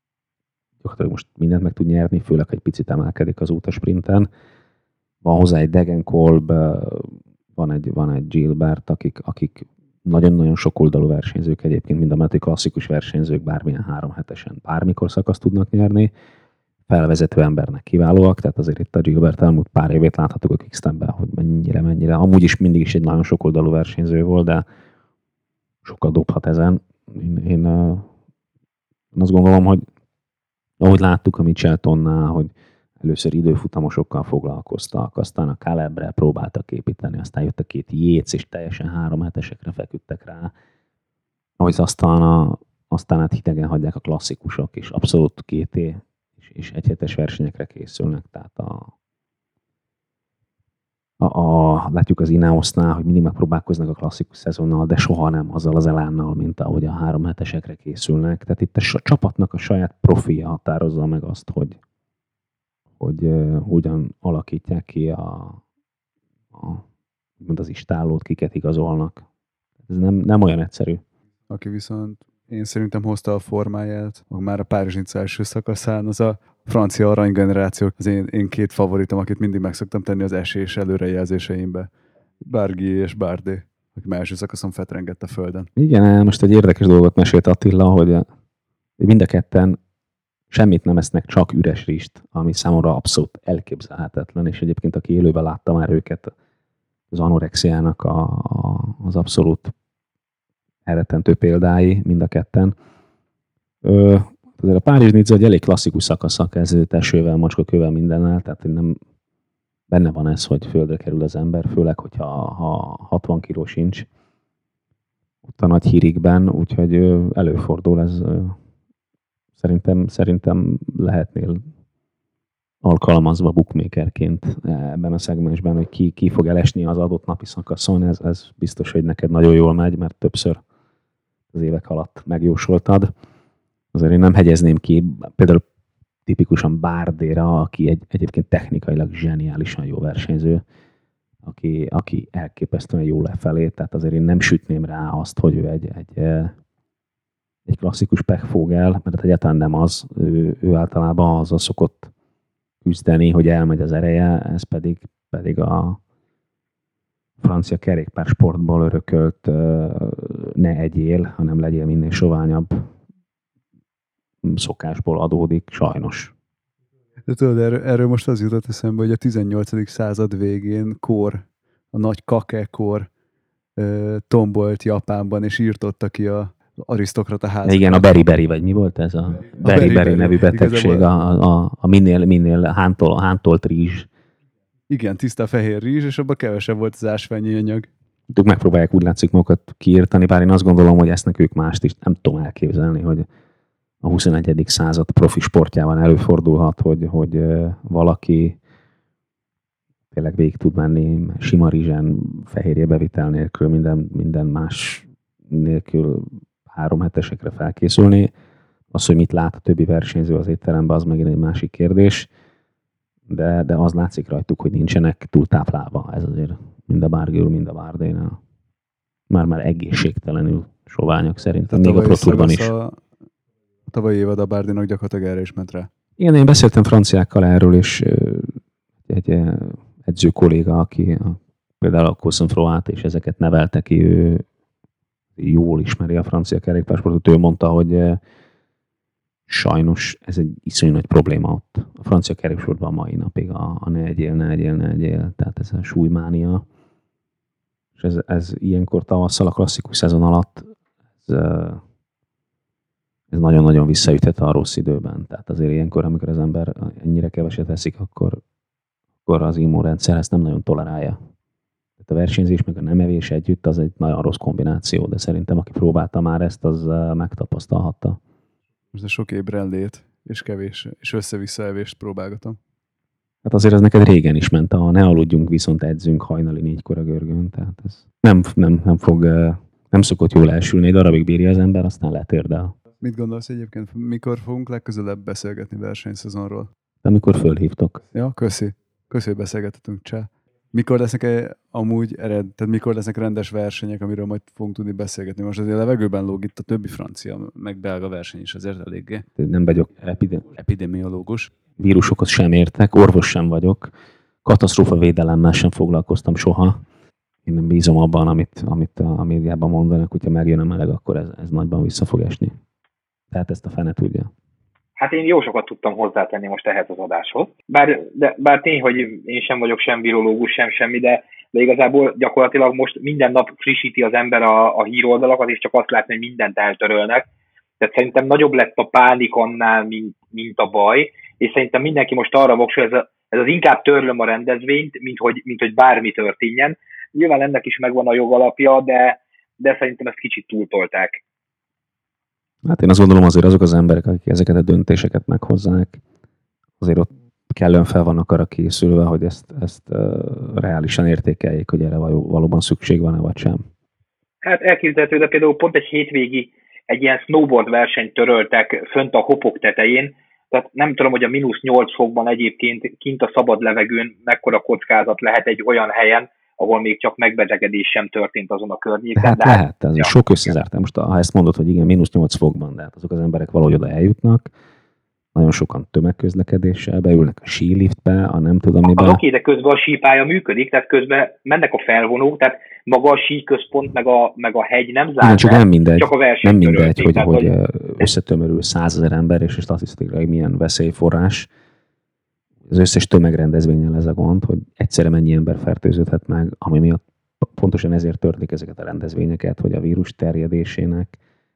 most mindent meg tud nyerni, főleg, hogy egy picit emelkedik az út a sprinten. Van hozzá egy Degenkolb, van egy, van egy Gilbert, akik, akik nagyon-nagyon sokoldalú versenyzők egyébként, mind a mellett klasszikus versenyzők bármilyen három hetesen bármikor szakaszt tudnak nyerni. Felvezető embernek kiválóak, tehát azért itt a Gilbert elmúlt pár évét láthatok a Quickstepben, hogy mennyire, mennyire. Amúgy is mindig is egy nagyon sokoldalú versenyző volt, de sokkal dobhat ezen. Én, én, én azt gondolom, hogy ahogy láttuk a Mitcheltonnál, hogy először időfutamosokkal foglalkoztak, aztán a Calebre próbáltak építeni, aztán jött a két Yates, és teljesen három hetesekre feküdtek rá. Ahogy aztán, a, aztán hát hidegen hagyják a klasszikusok, és abszolút két é és, és egyhetes versenyekre készülnek. Tehát a, a, a, látjuk az Ineosnál, hogy mindig megpróbálkoznak a klasszikus szezonnal, de soha nem azzal az elánnal, mint ahogy a három hetesekre készülnek. Tehát itt a csapatnak a saját profilja határozza meg azt, hogy hogy uh, hogyan alakítják ki a, a, az istállót, kiket igazolnak. Ez nem, nem olyan egyszerű. Aki viszont én szerintem hozta a formáját, már a Párizs-Nice első szakaszán, az a francia aranygeneráció. Az én, én két favoritom, akit mindig meg szoktam tenni az esés előrejelzéseimbe. Barguil és Bardet, aki első szakaszon fetrengett a földön. Igen, most egy érdekes dolgot mesélt Attila, hogy, a, hogy mind a ketten semmit nem esznek, csak üres rist, ami számomra abszolút elképzelhetetlen, és egyébként aki élőben látta már őket, az anorexiának a, a, az abszolút elrettentő példái mind a ketten. Ö, azért a Párizs-Nice egy elég klasszikus szakasza kezdődött esővel, macskakővel, mindennel, tehát nem benne van ez, hogy földre kerül az ember, főleg, hogyha ha hatvan kiló sincs ott a nagy hírikben, úgyhogy előfordul ez. Szerintem, szerintem lehetnél alkalmazva bookmakerként ebben a szegmensben, hogy ki, ki fog elesni az adott napi szakaszon, ez, ez biztos, hogy neked nagyon jól megy, mert többször az évek alatt megjósoltad. Azért én nem hegyezném ki, például tipikusan Bardéra, aki egy, egyébként technikailag zseniálisan jó versenyző, aki, aki elképesztően jó lefelé, tehát azért én nem sütném rá azt, hogy ő egy, egy egy klasszikus pechvogel, mert egyáltalán nem az, ő, ő általában azzal szokott küzdeni, hogy elmegy az ereje, ez pedig, pedig a francia kerékpársportból örökölt ne egyél, hanem legyél minél soványabb szokásból adódik, sajnos. De tudod, erről, erről most az jutott eszembe, hogy a tizennyolcadik század végén kor, a nagy kake-kor tombolt Japánban, és írtotta ki a arisztokrata házat. Igen, a beriberi, vagy mi volt ez? A beriberi nevű betegség, a, a, a minél, minél hántol, hántolt rizs. Igen, tiszta fehér rizs, és abban kevesebb volt az ásványi anyag. Ők megpróbálják úgy látszik magukat kiírtani, bár én azt gondolom, hogy ezt nekük mást is nem tudom elképzelni, hogy a huszonegyedik század profi sportjában előfordulhat, hogy, hogy valaki tényleg végig tud menni sima rizsen, fehérje bevitel nélkül, minden, minden más nélkül három hetesekre felkészülni. Az, hogy mit lát a többi versenyző az étteremben, az megint egy másik kérdés, de, de az látszik rajtuk, hogy nincsenek túl táplálva. Ez azért mind a Barguil, mind a Bardénál. Már-már egészségtelenül soványak szerintem, még a Pro Tourban is. A, a tavalyi évad a Bardénak gyakorlatilag erre is ment rá. Igen, én beszéltem franciákkal erről, és egy edző kolléga, aki a, például a Cosnefroid és ezeket nevelte ki, ő jól ismeri a francia kerékpársportot, ő mondta, hogy sajnos ez egy iszonyú nagy probléma ott. A francia kerékpársportban a mai napig a, a ne egyél, ne egyél, ne egyél, tehát ez a súlymánia. És ez, ez ilyenkor tavasszal a klasszikus szezon alatt ez, ez nagyon-nagyon visszaüthet a rossz időben. Tehát azért ilyenkor, amikor az ember ennyire keveset eszik, akkor, akkor az immunrendszer ezt nem nagyon tolerálja. A versenyzés meg a nem evés együtt az egy nagyon rossz kombináció, de szerintem aki próbálta már ezt, az megtapasztalhatta. Most a sok ébrenlét és kevés, és össze-vissza evést próbálgatom. Hát azért ez neked régen is ment, a ne aludjunk, viszont edzünk hajnali négykor a görgőn, tehát ez nem, nem, nem fog, nem szokott jól elsülni, egy darabig bírja az ember, aztán letérdel. Mit gondolsz egyébként, mikor fogunk legközelebb beszélgetni versenyszezonról? De amikor fölhívtok. Ja, köszi. Köszi, hogy beszélgetettünk, csá. Mikor lesznek amúgy ered, tehát mikor lesznek rendes versenyek, amiről majd fogunk tudni beszélgetni? Most azért a levegőben lóg itt a többi francia, meg belga verseny is azért eléggé. Nem vagyok epide- epidemiológus. Vírusokhoz sem értek, orvos sem vagyok, katasztrófa védelemmel sem foglalkoztam soha. Én nem bízom abban, amit, amit a médiában mondanak, hogyha megjön a meleg, akkor ez, ez nagyban vissza fog esni. Tehát ezt a fene tudja. Hát én jó sokat tudtam hozzátenni most ehhez az adáshoz. Bár, de, bár tény, hogy én sem vagyok sem virológus, sem semmi, de, de igazából gyakorlatilag most minden nap frissíti az ember a, a híroldalakat, és csak azt látni, hogy mindent eltörölnek. Tehát szerintem nagyobb lett a pánik annál, mint, mint a baj, és szerintem mindenki most arra voksol, ez, ez az inkább törlöm a rendezvényt, mint hogy, mint hogy bármi történjen. Nyilván ennek is megvan a jogalapja, de, de szerintem ezt kicsit túltolták. Hát én azt gondolom, azért azok az emberek, akik ezeket a döntéseket meghozzák, azért ott kellően fel vannak arra készülve, hogy ezt, ezt uh, reálisan értékeljék, hogy erre valóban szükség van-e vagy sem. Hát elképzelhető, de például pont egy hétvégi egy ilyen snowboard versenyt töröltek fönt a Hopok tetején, tehát nem tudom, hogy a mínusz nyolc fokban egyébként kint a szabad levegőn mekkora kockázat lehet egy olyan helyen, ahol még csak megbetegedés sem történt azon a környéken. Hát de lehet, ez ja. Sok összezárt. Most ha ezt mondod, hogy igen, mínusz nyolc fokban, de hát azok az emberek valahogy oda eljutnak, nagyon sokan tömegközlekedéssel beülnek a síliftbe, a nem tudom miben. Az oké, de közben a sípálya működik, tehát közben mennek a felvonók, tehát maga a síközpont, meg a, meg a hegy nem zárt. Igen, csak nem mindegy, csak a nem mindegy, hogy, tehát, hogy összetömörül százezer ember, és statisztikailag milyen veszélyforrás. Az összes tömegrendezvényen ez a gond, hogy egyszerre mennyi ember fertőződhet meg, ami miatt pontosan ezért történik ezeket a rendezvényeket, hogy a vírus terjedésének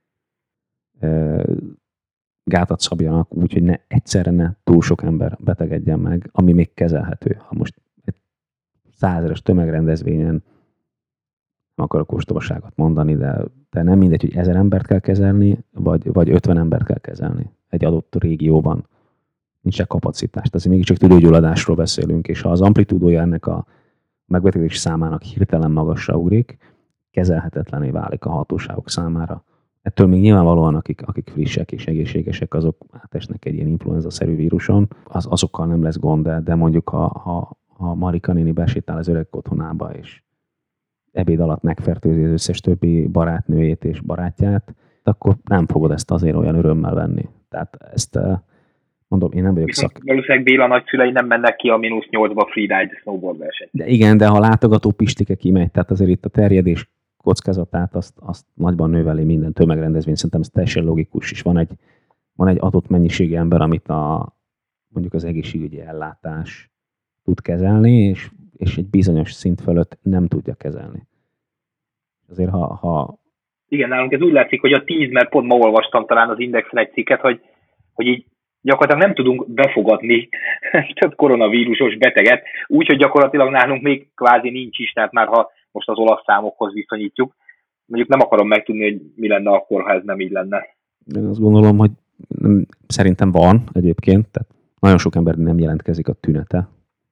e, gátat szabjanak úgy, hogy ne, egyszerre ne túl sok ember betegedjen meg, ami még kezelhető. Ha most egy százeres tömegrendezvényen, nem akarok ostobaságot mondani, de, de nem mindegy, hogy ezer embert kell kezelni, vagy, vagy ötven embert kell kezelni egy adott régióban. Nincs kapacitás. Tehát mégiscsak tüdőgyulladásról beszélünk, és ha az amplitúdója ennek a megbetegedés számának hirtelen magasra ugrik, kezelhetetlené válik a hatóságok számára. Ettől még nyilvánvalóan, akik, akik frissek és egészségesek, azok átesnek egy ilyen influenza-szerű víruson, az, azokkal nem lesz gond, de, de mondjuk ha, ha, ha Marika néni besétál az öreg otthonába, és ebéd alatt megfertőzi az összes többi barátnőjét és barátját, akkor nem fogod ezt azért olyan örömmel venni. Tehát ezt mondom, én nem vagyok szak... Valószínűleg Béla nagyszülei nem mennek ki a mínusz nyolcba freeride snowboard versenyt. De igen, de ha a látogató Pistike kimegy, tehát azért itt a terjedés kockázatát azt, azt nagyban növeli minden tömegrendezvény. Szerintem ez teljesen logikus is. Van egy, van egy adott mennyiségű ember, amit a, mondjuk az egészségügyi ellátás tud kezelni, és, és egy bizonyos szint fölött nem tudja kezelni. Azért, ha, ha... Igen, nálunk ez úgy látszik, hogy a tíz, mert pont ma olvastam talán az Indexen egy cikket, hogy, hogy így gyakorlatilag nem tudunk befogadni több koronavírusos beteget, úgyhogy gyakorlatilag nálunk még kvázi nincs is, tehát már ha most az olasz számokhoz viszonyítjuk, mondjuk nem akarom megtudni, hogy mi lenne akkor, ha ez nem így lenne. Én azt gondolom, hogy nem, szerintem van egyébként, tehát nagyon sok ember nem jelentkezik a tünete.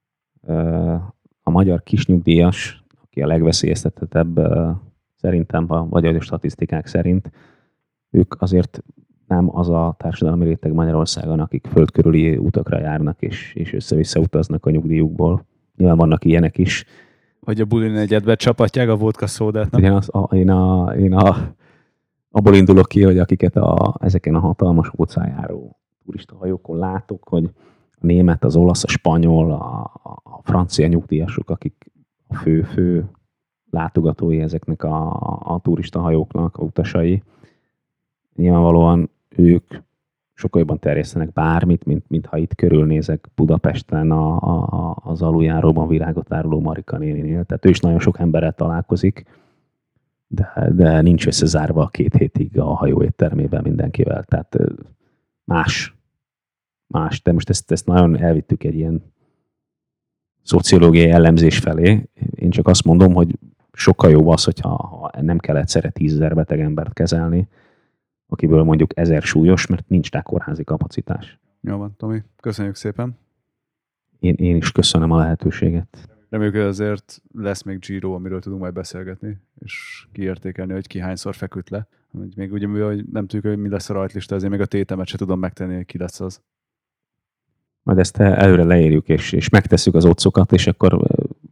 A magyar kisnyugdíjas, aki a legveszélyeztetettebb szerintem, vagy a statisztikák szerint, ők azért nem az a társadalmi réteg Magyarországon, akik földkörüli utakra járnak, és, és össze-vissza utaznak a nyugdíjukból. Nyilván vannak ilyenek is. Hogy a bulin egyedbe csapatják a vodka szódát. Ugye az, a, én, a, én a, abból indulok ki, hogy akiket a, ezeken a hatalmas óceánjáró turistahajókon látok, hogy a német, az olasz, a spanyol, a, a francia nyugdíjasok, akik a fő-fő látogatói ezeknek a, a turistahajóknak, a utasai. Nyilvánvalóan ők sokkal jobban terjesztenek bármit, mint, mint ha itt körülnézek Budapesten a, a, az aluljáróban virágot áruló Marika néninél. Tehát ő is nagyon sok emberrel találkozik, de, de nincs összezárva a két hétig a hajó éttermében mindenkivel. Tehát más. Más. De most ezt, ezt nagyon elvittük egy ilyen szociológiai elemzés felé. Én csak azt mondom, hogy sokkal jobb az, hogyha ha nem kell egyszerre tízezer beteg embert kezelni, akiből mondjuk ezer súlyos, mert nincs rá kórházi kapacitás. Jó van, Tomi. Köszönjük szépen. Én, én is köszönöm a lehetőséget. Reméljük, hogy azért lesz még Giro, amiről tudunk majd beszélgetni, és kiértékelni, hogy ki hányszor feküdt le. Még ugye, hogy nem tudjuk, hogy mi lesz a rajtlista, ezért még a tétemet se tudom megtenni, hogy ki lesz az. Majd ezt előre leírjuk, és, és megtesszük az otcokat, és akkor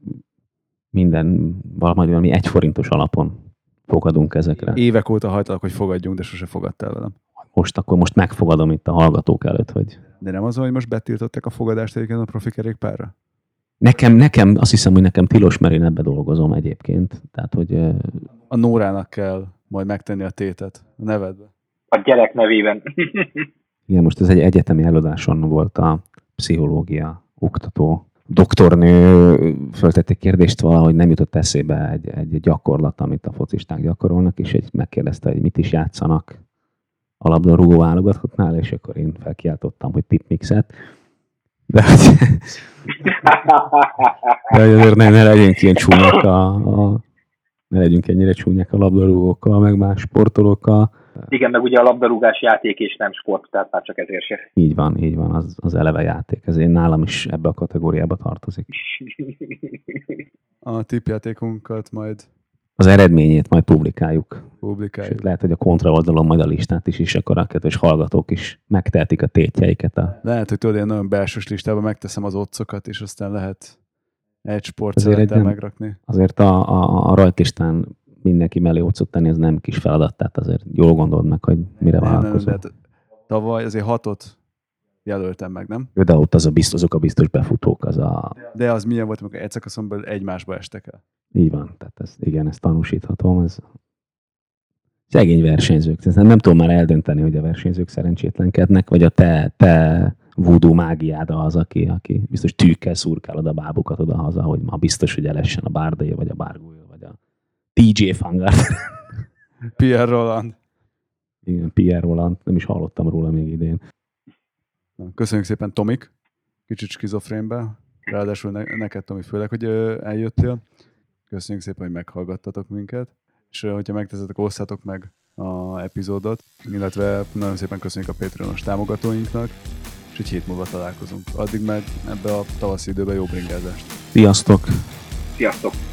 minden valami egy forintos alapon fogadunk ezekre. Évek óta hajtalak, hogy fogadjunk, de sose fogadtál velem. Most akkor most megfogadom itt a hallgatók előtt, hogy... De nem az, hogy most betiltották a fogadást egyébként a profi kerékpárra? Nekem, nekem, azt hiszem, hogy nekem tilos, mert én ebbe dolgozom egyébként. Tehát, hogy... A Nórának kell majd megtenni a tétet a nevedbe. A gyerek nevében. Igen, most ez egy egyetemi előadáson volt a pszichológia oktató doktornő föltette kérdést, valahogy nem jutott eszébe egy, egy gyakorlat, amit a focisták gyakorolnak, és egy megkérdezte, hogy mit is játszanak a labdarúgó válogatottnál, és akkor én felkiáltottam, hogy tipmixet. De, de azért ne, ne legyünk ilyen csúnyák a, a, ne legyünk ennyire csúnyák a labdarúgókkal, meg más sportolókkal. Igen, meg ugye a labdarúgás játék és nem sport, tehát már csak ezért se. Így van, így van, az, az eleve játék. Ezért nálam is ebbe a kategóriába tartozik. A tippjátékunkat majd... Az eredményét majd publikáljuk. Publikáljuk. És lehet, hogy a kontra oldalon majd a listát is, és akkor a kedves hallgatók is megtehetik a tétjeiket. A... Lehet, hogy tudod, én nagyon belsős listában megteszem az otcokat, és aztán lehet egy sportszerettel megrakni. Azért a, a, a rajtlistán mindenki mellé otcot tenni, ez nem kis feladat, tehát azért jól gondold meg, hogy mire vállalkozol. De tavaly azért hatot jelöltem meg, nem? De ott az a biztos, azok a biztos befutók. Az a... De az milyen volt, amikor egy szakaszon egymásba estek el? Így van, tehát ez, igen, ezt tanúsíthatom. Ez szegény versenyzők. Nem, nem tudom már eldönteni, hogy a versenyzők szerencsétlenkednek, vagy a te, te voodoo mágiád az, aki, aki biztos tűkkel szurkálod a bábukat oda-haza, hogy ma biztos, hogy elessen a Bárdai, vagy a Bárgója, vagy a té jé Fangard. Pierre Roland. Igen, Pierre Roland. Nem is hallottam róla még idén. Köszönjük szépen, Tomik. Kicsit skizofrénbe. Ráadásul ne, neked, Tomi, főleg, hogy eljöttél. Köszönjük szépen, hogy meghallgattatok minket. És hogyha megteszetek, osszátok meg az epizódot. Illetve nagyon szépen köszönjük a Patreonos támogatóinknak. És egy hét múlva találkozunk. Addig meg ebbe a tavaszi időben jó bringázást. Sziasztok! Sziasztok!